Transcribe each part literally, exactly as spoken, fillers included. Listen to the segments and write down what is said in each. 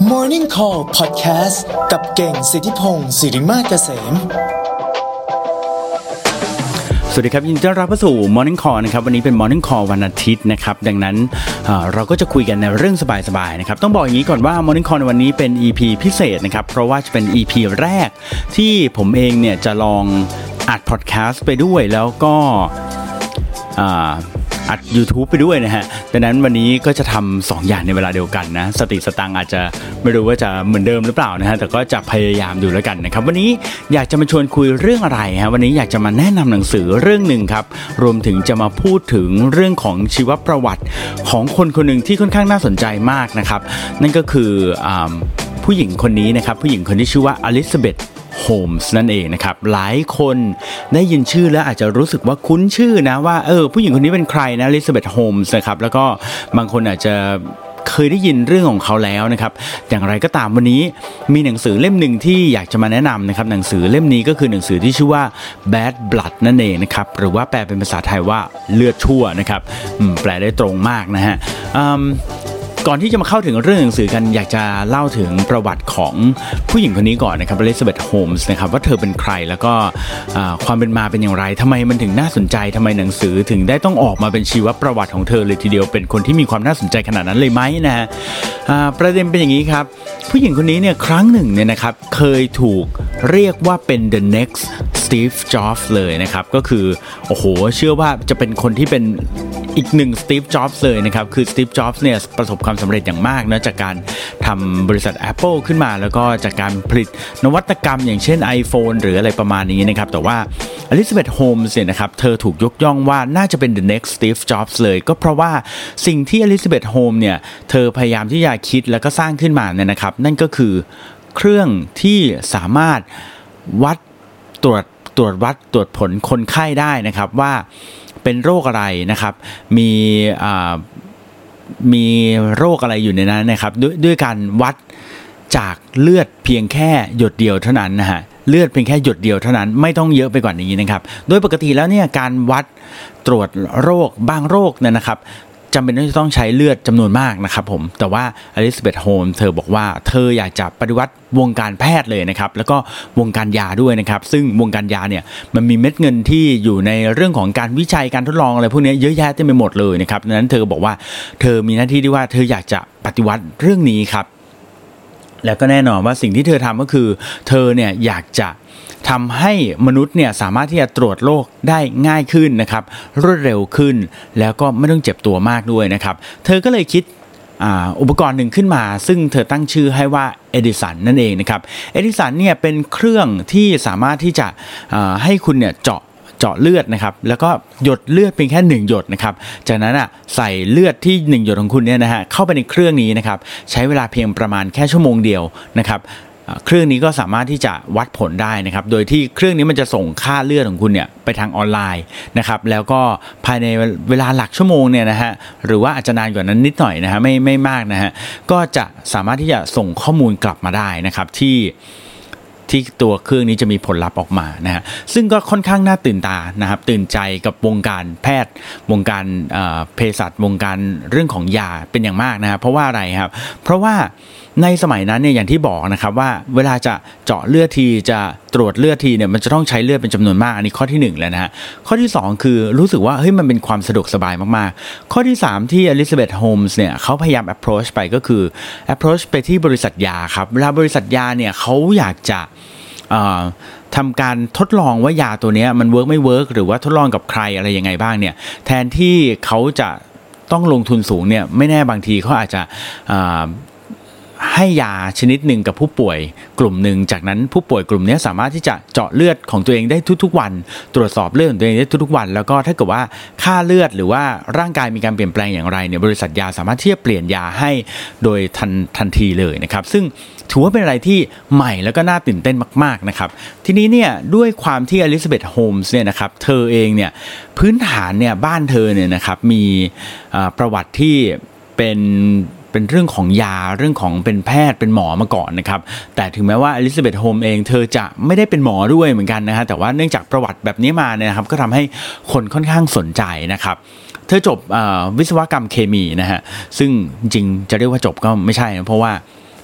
Morning Call Podcast กับเก่งสิทธิพงศ์สิริมาศเกษมสวัสดีครับยินดีต้อนรับเข้าสู่ Morning Call นะครับวันนี้เป็น Morning Call วันอาทิตย์นะครับดังนั้นเราก็จะคุยกันในเรื่องสบายๆนะครับต้องบอกอย่างนี้ก่อนว่า Morning Call ในวันนี้เป็น อี พี พิเศษนะครับเพราะว่าจะเป็น อี พี แรกที่ผมเองเนี่ยจะลองอัดพอดแคสต์ไปด้วยแล้วก็อัด YouTube ไปด้วยนะฮะดังนั้นวันนี้ก็จะทำสองอย่างในเวลาเดียวกันนะสติสตังอาจจะไม่รู้ว่าจะเหมือนเดิมหรือเปล่านะฮะแต่ก็จะพยายามดูแล้วกันนะครับวันนี้อยากจะมาชวนคุยเรื่องอะไรฮะวันนี้อยากจะมาแนะนำหนังสือเรื่องนึงครับรวมถึงจะมาพูดถึงเรื่องของชีวประวัติของคนคนหนึ่งที่ค่อนข้างน่าสนใจมากนะครับนั่นก็คือผู้หญิงคนนี้นะครับผู้หญิงคนที่ชื่อว่าอลิซาเบธโฮมส์นั่นเองนะครับหลายคนได้ยินชื่อแล้วอาจจะรู้สึกว่าคุ้นชื่อนะว่าเออผู้หญิงคนนี้เป็นใครนะอลิซาเบธโฮมส์นะครับแล้วก็บางคนอาจจะเคยได้ยินเรื่องของเขาแล้วนะครับอย่างไรก็ตามวันนี้มีหนังสือเล่มหนึ่งที่อยากจะมาแนะนำนะครับหนังสือเล่มนี้ก็คือหนังสือที่ชื่อว่า Bad Blood นั่นเองนะครับหรือว่าแปลเป็นภาษาไทยว่าเลือดชั่วนะครับแปลได้ตรงมากนะฮะก่อนที่จะมาเข้าถึงเรื่องหนังสือกันอยากจะเล่าถึงประวัติของผู้หญิงคนนี้ก่อนนะครับอลิซาเบธโฮมส์นะครับว่าเธอเป็นใครแล้วก็ความเป็นมาเป็นอย่างไรทำไมมันถึงน่าสนใจทำไมหนังสือถึงได้ต้องออกมาเป็นชีวประวัติของเธอเลยทีเดียวเป็นคนที่มีความน่าสนใจขนาดนั้นเลยไหมนะฮะประเด็นเป็นอย่างนี้ครับผู้หญิงคนนี้เนี่ยครั้งหนึ่งเนี่ยนะครับเคยถูกเรียกว่าเป็น the next Steve Jobs เลยนะครับก็คือโอ้โหเชื่อว่าจะเป็นคนที่เป็นอีกหนึ่ง Steve Jobs เลยนะครับคือ Steve Jobs เนี่ยประสบความสำเร็จอย่างมากนะจากการทำบริษัท Apple ขึ้นมาแล้วก็จากการผลิตนวัตกรรมอย่างเช่น iPhone หรืออะไรประมาณนี้นะครับแต่ว่าอลิซาเบธโฮมส์เนี่ยนะครับเธอถูกยกย่องว่าน่าจะเป็น the next Steve Jobs เลยก็เพราะว่าสิ่งที่อลิซาเบธโฮมเนี่ยเธอพยายามที่จะคิดแล้วก็สร้างขึ้นมาเนี่ยนะครับนั่นก็คือเครื่องที่สามารถวัดตรวจตรวจวัดตรวจผลคนไข้ได้นะครับว่าเป็นโรคอะไรนะครับมีมีโรคอะไรอยู่ในนั้นนะครับด้วยด้วยการวัดจากเลือดเพียงแค่หยดเดียวเท่านั้นนะฮะเลือดเพียงแค่หยดเดียวเท่านั้นไม่ต้องเยอะไปกว่านี้นะครับโดยปกติแล้วเนี่ยการวัดตรวจโรคบางโรคเนี่ยนะครับจำเป็นที่จะต้องใช้เลือดจำนวนมากนะครับผมแต่ว่าอลิซาเบธโฮมส์เธอบอกว่าเธออยากจะปฏิวัติวงการแพทย์เลยนะครับแล้วก็วงการยาด้วยนะครับซึ่งวงการยาเนี่ยมันมีเม็ดเงินที่อยู่ในเรื่องของการวิจัยการทดลองอะไรพวกนี้เยอะแยะเต็มไปหมดเลยนะครับดังนั้นเธอบอกว่าเธอมีหน้าที่ที่ว่าเธออยากจะปฏิวัติเรื่องนี้ครับแล้วก็แน่นอนว่าสิ่งที่เธอทำก็คือเธอเนี่ยอยากจะทำให้มนุษย์เนี่ยสามารถที่จะตรวจโรคได้ง่ายขึ้นนะครับรวดเร็วขึ้นแล้วก็ไม่ต้องเจ็บตัวมากด้วยนะครับเธอก็เลยคิดอุปกรณ์หนึ่งขึ้นมาซึ่งเธอตั้งชื่อให้ว่าเอดิสันนั่นเองนะครับเอดิสันเนี่ยเป็นเครื่องที่สามารถที่จะให้คุณเนี่ยเจาะเจาะเลือดนะครับแล้วก็หยดเลือดเพียงแค่หนึ่งหยดนะครับจากนั้นอ่ะใส่เลือดที่หนึ่งหยดของคุณเนี่ยนะฮะเข้าไปในเครื่องนี้นะครับใช้เวลาเพียงประมาณแค่ชั่วโมงเดียวนะครับเครื่องนี้ก็สามารถที่จะวัดผลได้นะครับโดยที่เครื่องนี้มันจะส่งค่าเลือดของคุณเนี่ยไปทางออนไลน์นะครับแล้วก็ภายในเวลาหลักชั่วโมงเนี่ยนะฮะหรือว่าอาจจะนานกว่านั้นนิดหน่อยนะฮะไม่ไม่มากนะฮะก็จะสามารถที่จะส่งข้อมูลกลับมาได้นะครับที่ที่ตัวเครื่องนี้จะมีผลลัพธ์ออกมานะฮะซึ่งก็ค่อนข้างน่าตื่นตานะครับตื่นใจกับวงการแพทย์วงการเภสัชวงการเรื่องของยาเป็นอย่างมากนะครับเพราะว่าอะไรครับเพราะว่าในสมัยนั้นเนี่ยอย่างที่บอกนะครับว่าเวลาจะเจาะเลือดทีจะตรวจเลือดทีเนี่ยมันจะต้องใช้เลือดเป็นจำนวนมากอันนี้ข้อที่หนึ่งแล้วนะฮะข้อที่สองคือรู้สึกว่าเฮ้ยมันเป็นความสะดวกสบายมากๆข้อที่สามที่อลิซาเบธโฮมส์เนี่ยเขาพยายาม approach ไปก็คือ approach ไปที่บริษัทยาครับเวลาบริษัทยาเนี่ยเขาอยากจะทำการทดลองว่ายาตัวนี้มันเวิร์กไม่เวิร์กหรือว่าทดลองกับใครอะไรยังไงบ้างเนี่ยแทนที่เขาจะต้องลงทุนสูงเนี่ยไม่แน่บางทีเขาอาจจะให้ยาชนิดหนึ่งกับผู้ป่วยกลุ่มหนึ่งจากนั้นผู้ป่วยกลุ่มนี้สามารถที่จะเจาะเลือดของตัวเองได้ทุกๆวันตรวจสอบเลือดของตัวเองได้ทุกๆวันแล้วก็ถ้าเกิดว่าค่าเลือดหรือว่าร่างกายมีการเปลี่ยนแปลงอย่างไรเนี่ยบริษัทยาสามารถที่จะเปลี่ยนยาให้โดยทันทันทีเลยนะครับซึ่งถือว่าเป็นอะไรที่ใหม่แล้วก็น่าตื่นเต้นมากๆนะครับทีนี้เนี่ยด้วยความที่อลิซาเบธโฮมส์เนี่ยนะครับเธอเองเนี่ยพื้นฐานเนี่ยบ้านเธอเนี่ยนะครับมีประวัติที่เป็น เป็นเรื่องของยาเรื่องของเป็นแพทย์เป็นหมอมาก่อนนะครับแต่ถึงแม้ว่าอลิซาเบธโฮมเองเธอจะไม่ได้เป็นหมอด้วยเหมือนกันนะฮะแต่ว่าเนื่องจากประวัติแบบนี้มาเนี่ยนะครับก็ทำให้คนค่อนข้างสนใจนะครับเธอจบวิศวกรรมเคมีนะฮะซึ่งจริงๆจะเรียกว่าจบก็ไม่ใช่นะเพราะว่า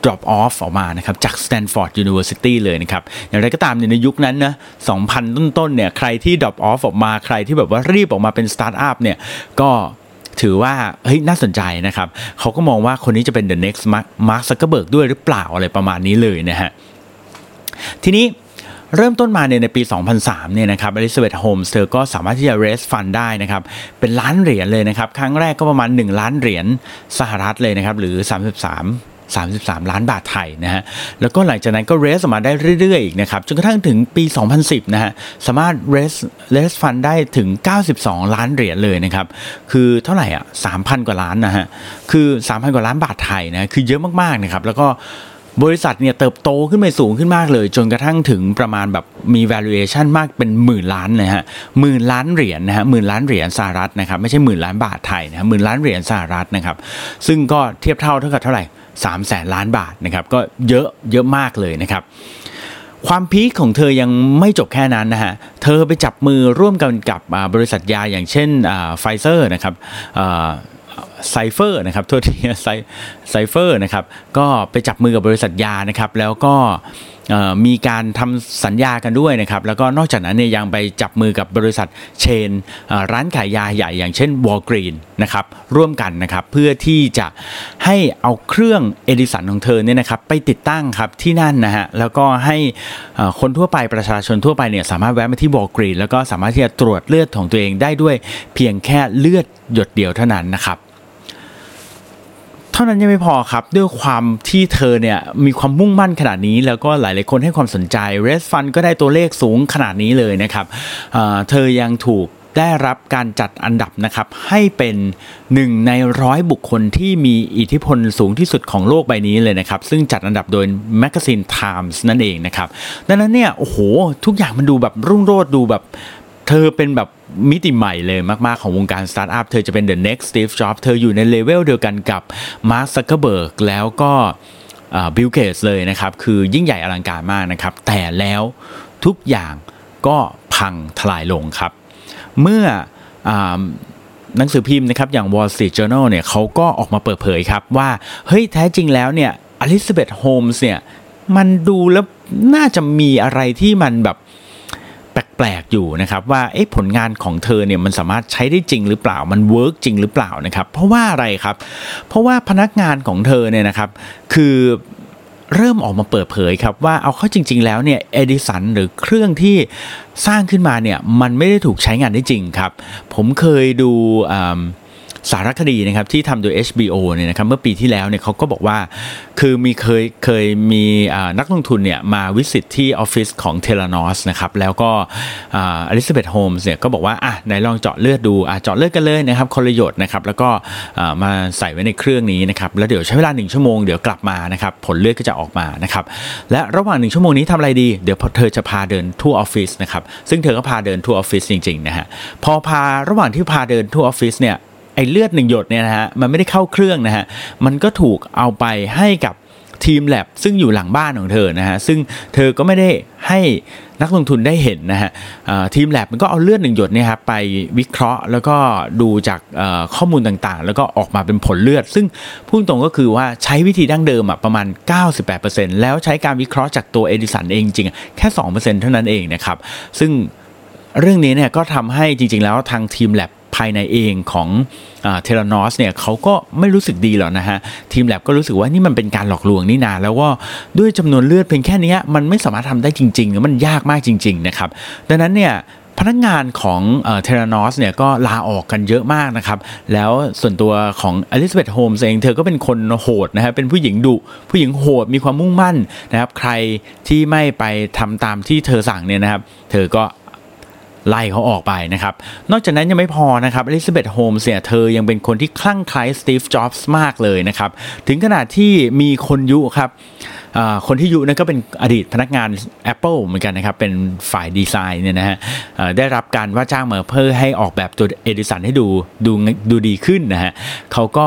drop off ออกมานะครับจาก Stanford University เลยนะครับอย่างไรก็ตามในยุคนั้นนะสองพันต้นๆเนี่ยใครที่ drop off ออกมาใครที่แบบว่ารีบออกมาเป็น startup เนี่ยก็ถือว่าเฮ้ยน่าสนใจนะครับเขาก็มองว่าคนนี้จะเป็น the next Mark Zuckerberg ด้วยหรือเปล่าอะไรประมาณนี้เลยนะฮะทีนี้เริ่มต้นมาเนี่ยในปี สองพันสาม เนี่ยนะครับ Elizabeth Holmes เธอก็สามารถที่จะ raise fund ได้นะครับเป็นล้านเหรียญเลยนะครับครั้งแรกก็ประมาณหนึ่งล้านเหรียญสหรัฐเลยนะครับหรือสามสิบสาม สามสิบสามล้านบาทไทยนะฮะแล้วก็หลังจากนั้นก็ raise ออกมาได้เรื่อยๆอีกนะครับจนกระทั่งถึงปี สองพันสิบ นะฮะสามารถ raise raise fund ได้ถึงเก้าสิบสองล้านเหรียญเลยนะครับคือเท่าไหร่อ่ะ สามพัน กว่าล้านนะฮะคือ สามพัน กว่าล้านบาทไทยนะคือเยอะมากๆนะครับแล้วก็บริษัทเนี่ยเติบโตขึ้นไปสูงขึ้นมากเลยจนกระทั่งถึงประมาณแบบมี valuation มากเป็นหมื่นล้านเลยฮะหมื่นล้านเหรียญนะฮะหมื่นล้านเหรียญสหรัฐนะครับไม่ใช่หมื่นล้านบาทไทยนะฮะหมื่นล้านเหรียญสหรัฐนะครับซึ่งก็เทียบเท่าเท่ากับเท่าไหร่สามแสนล้านบาทนะครับก็เยอะเยอะมากเลยนะครับความพีคของเธอยังไม่จบแค่นั้นนะฮะเธอไปจับมือร่วมกันกับบริษัทยาอย่างเช่นไฟเซอร์นะครับไซเฟอร์นะครับโทษทีไซไซเฟอร์นะครับก็ไปจับมือกับบริษัทยานะครับแล้วก็มีการทำสัญญากันด้วยนะครับแล้วก็นอกจากนั้นเนี่ยยังไปจับมือกับบริษัทเชนร้านขายยาใหญ่อย่างเช่น Walgreens นะครับร่วมกันนะครับเพื่อที่จะให้เอาเครื่องเอดิสันของเธอเนี่ยนะครับไปติดตั้งครับที่นั่นนะฮะแล้วก็ให้คนทั่วไปประชาชนทั่วไปเนี่ยสามารถแวะมาที่ Walgreens แล้วก็สามารถที่จะตรวจเลือดของตัวเองได้ด้วยเพียงแค่เลือดหยดเดียวเท่านั้นนะครับเท่านั้นยังไม่พอครับด้วยความที่เธอเนี่ยมีความมุ่งมั่นขนาดนี้แล้วก็หลายๆคนให้ความสนใจ Raise Fund ก็ได้ตัวเลขสูงขนาดนี้เลยนะครับ เอ่อ เธอยังถูกได้รับการจัดอันดับนะครับให้เป็นหนึ่งในร้อยบุคคลที่มีอิทธิพลสูงที่สุดของโลกใบนี้เลยนะครับซึ่งจัดอันดับโดยแมกกาซีน Times นั่นเองนะครับดังนั้นเนี่ยโอ้โหทุกอย่างมันดูแบบรุ่งโรจน์ดูแบบเธอเป็นแบบมิติใหม่เลยมากๆของวงการสตาร์ทอัพเธอจะเป็น the next Steve Jobs เธออยู่ในเลเวลเดียวกันกับ Mark Zuckerberg แล้วก็บิล เกตส์เลยนะครับคือยิ่งใหญ่อลังการมากนะครับแต่แล้วทุกอย่างก็พังทลายลงครับเมื่อหนังสือพิมพ์นะครับอย่าง Wall Street Journal เนี่ยเขาก็ออกมาเปิดเผยครับว่าเฮ้ยแท้จริงแล้วเนี่ย Elizabeth Holmes เนี่ยมันดูแล้วน่าจะมีอะไรที่มันแบบแปลกๆอยู่นะครับว่าเอ๊ะผลงานของเธอเนี่ยมันสามารถใช้ได้จริงหรือเปล่ามันเวิร์กจริงหรือเปล่านะครับเพราะว่าอะไรครับเพราะว่าพนักงานของเธอเนี่ยนะครับคือเริ่มออกมาเปิดเผยครับว่าเอาเข้าจริงๆแล้วเนี่ยเอดิสันหรือเครื่องที่สร้างขึ้นมาเนี่ยมันไม่ได้ถูกใช้งานได้จริงครับผมเคยดูสารคดีนะครับที่ทำโดย เอช บี โอ เนี่ยนะครับเมื่อปีที่แล้วเนี่ยเขาก็บอกว่าคือมีเคยเคยมีนักลงทุนเนี่ยมาวิสิตที่ออฟฟิศของเทเลนอสนะครับแล้วก็อลิซาเบธโฮมส์เนี่ยก็บอกว่าอ่ะไหนลองเจาะเลือดดูอ่ะเจาะเลือดกันเลยนะครับคนละหยดนะครับแล้วก็มาใส่ไว้ในเครื่องนี้นะครับแล้วเดี๋ยวใช้เวลาหนึ่งชั่วโมงเดี๋ยวกลับมานะครับผลเลือดก็จะออกมานะครับและระหว่างหนึ่งชั่วโมงนี้ทำอะไรดีเดี๋ยวเธอจะพาเดินทั่วออฟฟิศนะครับซึ่งเธอก็พาเดินทั่วออฟฟิศจริงๆนะฮะพอพาระหว่างที่พาเดินทั่วออฟฟิศเนี่ยไอ้เลือดหนึ่งหยดเนี่ยนะฮะมันไม่ได้เข้าเครื่องนะฮะมันก็ถูกเอาไปให้กับทีมแลบซึ่งอยู่หลังบ้านของเธอนะฮะซึ่งเธอก็ไม่ได้ให้นักลงทุนได้เห็นนะฮะทีมแลบมันก็เอาเลือดหนึ่งหยดเนี่ยครับไปวิเคราะห์แล้วก็ดูจากข้อมูลต่างๆแล้วก็ออกมาเป็นผลเลือดซึ่งพูดตรงก็คือว่าใช้วิธีดั้งเดิมอ่ะประมาณ เก้าสิบแปดเปอร์เซ็นต์ แล้วใช้การวิเคราะห์จากตัวเอดิสันเองจริงแค่ สองเปอร์เซ็นต์ เท่านั้นเองนะครับซึ่งเรื่องนี้เนี่ยก็ทำให้จริงๆแล้วทางทีมแลบภายในเองของเทเลนอสเนี่ยเขาก็ไม่รู้สึกดีหรอกนะฮะทีมแลบก็รู้สึกว่านี่มันเป็นการหลอกลวงนี่นาแล้วก็ด้วยจำนวนเลือดเพียงแค่นี้มันไม่สามารถทำได้จริงๆมันยากมากจริงๆนะครับดังนั้นเนี่ยพนักงานของเทเลนอสเนี่ยก็ลาออกกันเยอะมากนะครับแล้วส่วนตัวของอลิซาเบธโฮมส์เองเธอก็เป็นคนโหดนะฮะเป็นผู้หญิงดุผู้หญิงโหดมีความมุ่งมั่นนะครับใครที่ไม่ไปทำตามที่เธอสั่งเนี่ยนะครับเธอก็ไล่เขาออกไปนะครับนอกจากนั้นยังไม่พอนะครับอลิซาเบธโฮมส์เนี่ยเธอยังเป็นคนที่คลั่งไคล้สตีฟจ็อบส์มากเลยนะครับถึงขนาดที่มีคนยุครับคนที่ยุนั่นก็เป็นอดีตพนักงาน Apple เหมือนกันนะครับเป็นฝ่ายดีไซน์เนี่ยนะฮะได้รับการว่าจ้างมาเพื่อให้ออกแบบตัวเอดิสันให้ดูดูดูดีขึ้นนะฮะเขาก็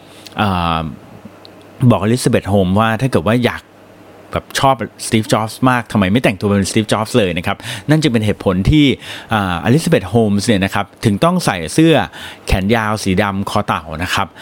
บอกอลิซาเบธโฮมส์ว่าถ้าเกิดว่าอยากแบบชอบสตีฟจ็อบส์มากทำไมไม่แต่งตัวเป็นสตีฟจ็อบส์เลยนะครับนั่นจึงเป็นเหตุผลที่อลิซาเบธโฮมส์เนี่ยนะครับถึงต้องใส่เสื้อแขนยาวสีดำคอเต่านะครับ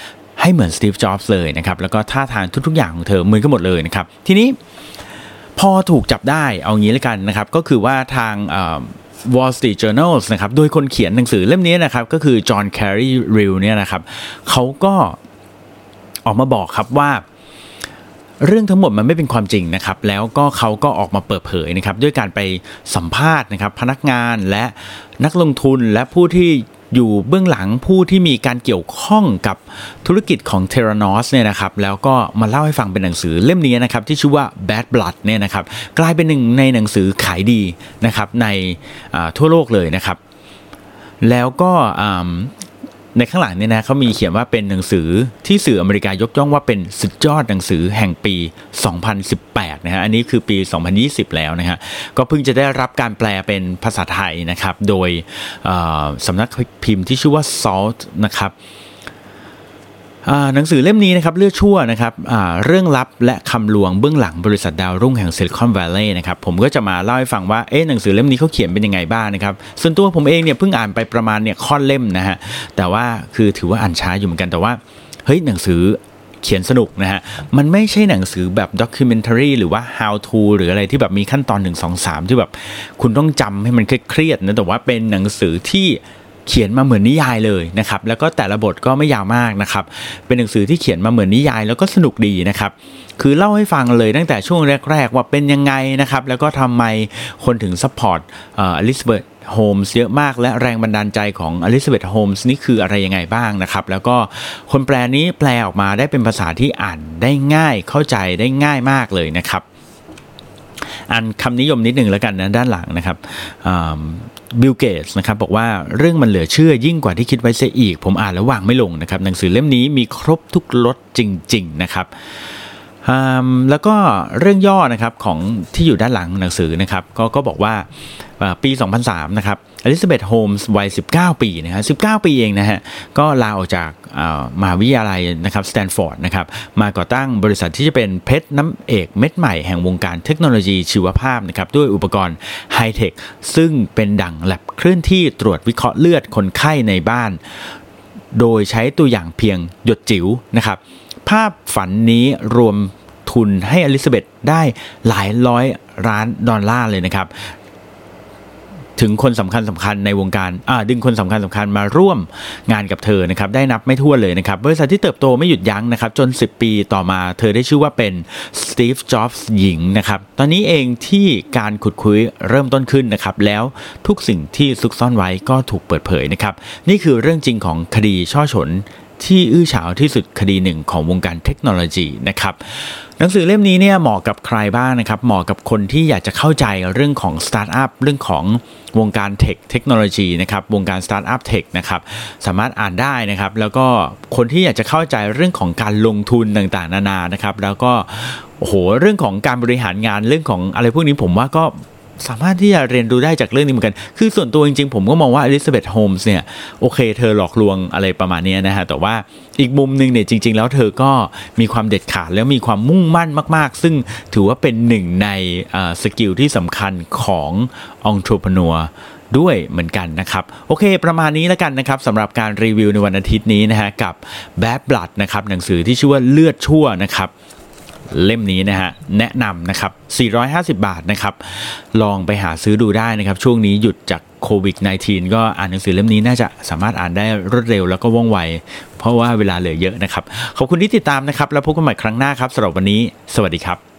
ให้เหมือนสตีฟจ็อบส์เลยนะครับแล้วก็ท่าทางทุกๆอย่างของเธอเหมือนกันหมดเลยนะครับทีนี้พอถูกจับได้เอางี้แล้วกันนะครับก็คือว่าทางWall Street Journal นะครับโดยคนเขียนหนังสือเล่มนี้นะครับก็คือจอห์นแคร์รีริลเนี่ยนะครับเขาก็ออกมาบอกครับว่าเรื่องทั้งหมดมันไม่เป็นความจริงนะครับแล้วก็เขาก็ออกมาเปิดเผยนะครับด้วยการไปสัมภาษณ์นะครับพนักงานและนักลงทุนและผู้ที่อยู่เบื้องหลังผู้ที่มีการเกี่ยวข้องกับธุรกิจของ Theranos เนี่ยนะครับแล้วก็มาเล่าให้ฟังเป็นหนังสือเล่มนี้นะครับที่ชื่อว่า Bad Blood เนี่ยนะครับกลายเป็นหนึ่งในหนังสือขายดีนะครับในทั่วโลกเลยนะครับแล้วก็ในข้างหลังเนี่ยนะเขามีเขียนว่าเป็นหนังสือที่สื่ออเมริกายกย่องว่าเป็นสุดยอดหนังสือแห่งปีสองพันสิบแปดนะฮะอันนี้คือปีสองพันยี่สิบแล้วนะฮะก็เพิ่งจะได้รับการแปลเป็นภาษาไทยนะครับโดยสำนักพิมพ์ที่ชื่อว่า Salt นะครับหนังสือเล่มนี้นะครับเลือดชั่วนะครับเรื่องลับและคำลวงเบื้องหลังบริษัทดาวรุ่งแห่ง Silicon Valley นะครับผมก็จะมาเล่าให้ฟังว่าเอ๊ะหนังสือเล่มนี้เขาเขียนเป็นยังไงบ้างนะครับส่วนตัวผมเองเนี่ยเพิ่งอ่านไปประมาณเนี่ยค่อนเล่มนะฮะแต่ว่าคือถือว่าอ่านช้าอยู่เหมือนกันแต่ว่าเฮ้ยหนังสือเขียนสนุกนะฮะมันไม่ใช่หนังสือแบบ documentary หรือว่า how to หรืออะไรที่แบบมีขั้นตอนหนึ่ง สอง สามที่แบบคุณต้องจำให้มันเครียดๆนะแต่ว่าเป็นหนังสือที่เขียนมาเหมือนนิยายเลยนะครับแล้วก็แต่ละบทก็ไม่ยาวมากนะครับเป็นหนังสือที่เขียนมาเหมือนนิยายแล้วก็สนุกดีนะครับคือเล่าให้ฟังเลยตั้งแต่ช่วงแรกๆว่าเป็นยังไงนะครับแล้วก็ทำไมคนถึงซัพพอร์ตเอ่ออลิซาเบธโฮมส์เยอะมากและแรงบันดาลใจของอลิซาเบธโฮมส์นี่คืออะไรยังไงบ้างนะครับแล้วก็คนแปลนี้แปลออกมาได้เป็นภาษาที่อ่านได้ง่ายเข้าใจได้ง่ายมากเลยนะครับอันคำนิยมนิดหนึ่งแล้วกันนะด้านหลังนะครับบิล เกตส์นะครับบอกว่าเรื่องมันเหลือเชื่อยิ่งกว่าที่คิดไว้เสียอีกผมอ่านแล้ววางไม่ลงนะครับหนังสือเล่มนี้มีครบทุกรสจริงๆนะครับแล้วก็เรื่องย่อนะครับของที่อยู่ด้านหลังหนังสือนะครับก็ก็บอกว่าปีสองพันสามนะครับอลิซาเบธโฮมส์วัยสิบเก้าปีนะฮะสิบเก้าปีเองนะฮะก็ลาออกจากมหาวิทยาลัยนะครับสแตนฟอร์ดนะครับมาก่อตั้งบริษัทที่จะเป็นเพชรน้ำเอกเม็ดใหม่แห่งวงการเทคโนโลยีชีวภาพนะครับด้วยอุปกรณ์ไฮเทคซึ่งเป็นดั่งแลบเคลื่อนที่ตรวจวิเคราะห์เลือดคนไข้ในบ้านโดยใช้ตัวอย่างเพียงหยดจิ๋วนะครับภาพฝันนี้รวมทุนให้อลิซาเบธได้หลายร้อยล้านดอลลาร์เลยนะครับถึงคนสำคัญสำคัญในวงการอ่าดึงคนสำคัญสำคัญมาร่วมงานกับเธอนะครับได้นับไม่ถ้วนเลยนะครับบริษัทที่เติบโตไม่หยุดยั้งนะครับจนสิบปีต่อมาเธอได้ชื่อว่าเป็นสตีฟจ็อบส์หญิงนะครับตอนนี้เองที่การขุดคุยเริ่มต้นขึ้นนะครับแล้วทุกสิ่งที่ซุกซ่อนไว้ก็ถูกเปิดเผยนะครับนี่คือเรื่องจริงของคดีช่อฉนที่อื้อฉาวที่สุดคดีหนึ่งของวงการเทคโนโลยีนะครับหนังสือเล่มนี้เนี่ยเหมาะกับใครบ้างนะครับเหมาะกับคนที่อยากจะเข้าใจเรื่องของสตาร์ทอัพเรื่องของวงการเทคเทคโนโลยีนะครับวงการสตาร์ทอัพเทคนะครับสามารถอ่านได้นะครับแล้วก็คนที่อยากจะเข้าใจเรื่องของการลงทุนต่างๆนานานะครับแล้วก็โอ้โหเรื่องของการบริหารงานเรื่องของอะไรพวกนี้ผมว่าก็สามารถที่จะเรียนรู้ได้จากเรื่องนี้เหมือนกันคือส่วนตัวจริงๆผมก็มองว่าอลิซาเบธโฮมส์เนี่ยโอเคเธอหลอกลวงอะไรประมาณนี้นะฮะแต่ว่าอีกมุมนึงเนี่ยจริงๆแล้วเธอก็มีความเด็ดขาดแล้วมีความมุ่งมั่นมากๆซึ่งถือว่าเป็นหนึ่งในสกิลที่สำคัญของ entrepreneur ด้วยเหมือนกันนะครับโอเคประมาณนี้แล้วกันนะครับสำหรับการรีวิวในวันอาทิตย์นี้นะฮะกับ Bad Blood นะครับหนังสือที่ชื่อว่าเลือดชั่วนะครับเล่มนี้นะฮะแนะนำนะครับสี่ร้อยห้าสิบบาทนะครับลองไปหาซื้อดูได้นะครับช่วงนี้หยุดจากโควิด สิบเก้า ก็อ่านหนังสือเล่มนี้น่าจะสามารถอ่านได้รวดเร็วแล้วก็ว่องไวเพราะว่าเวลาเหลือเยอะนะครับขอบคุณที่ติดตามนะครับแล้วพบกันใหม่ครั้งหน้าครับสำหรับวันนี้สวัสดีครับ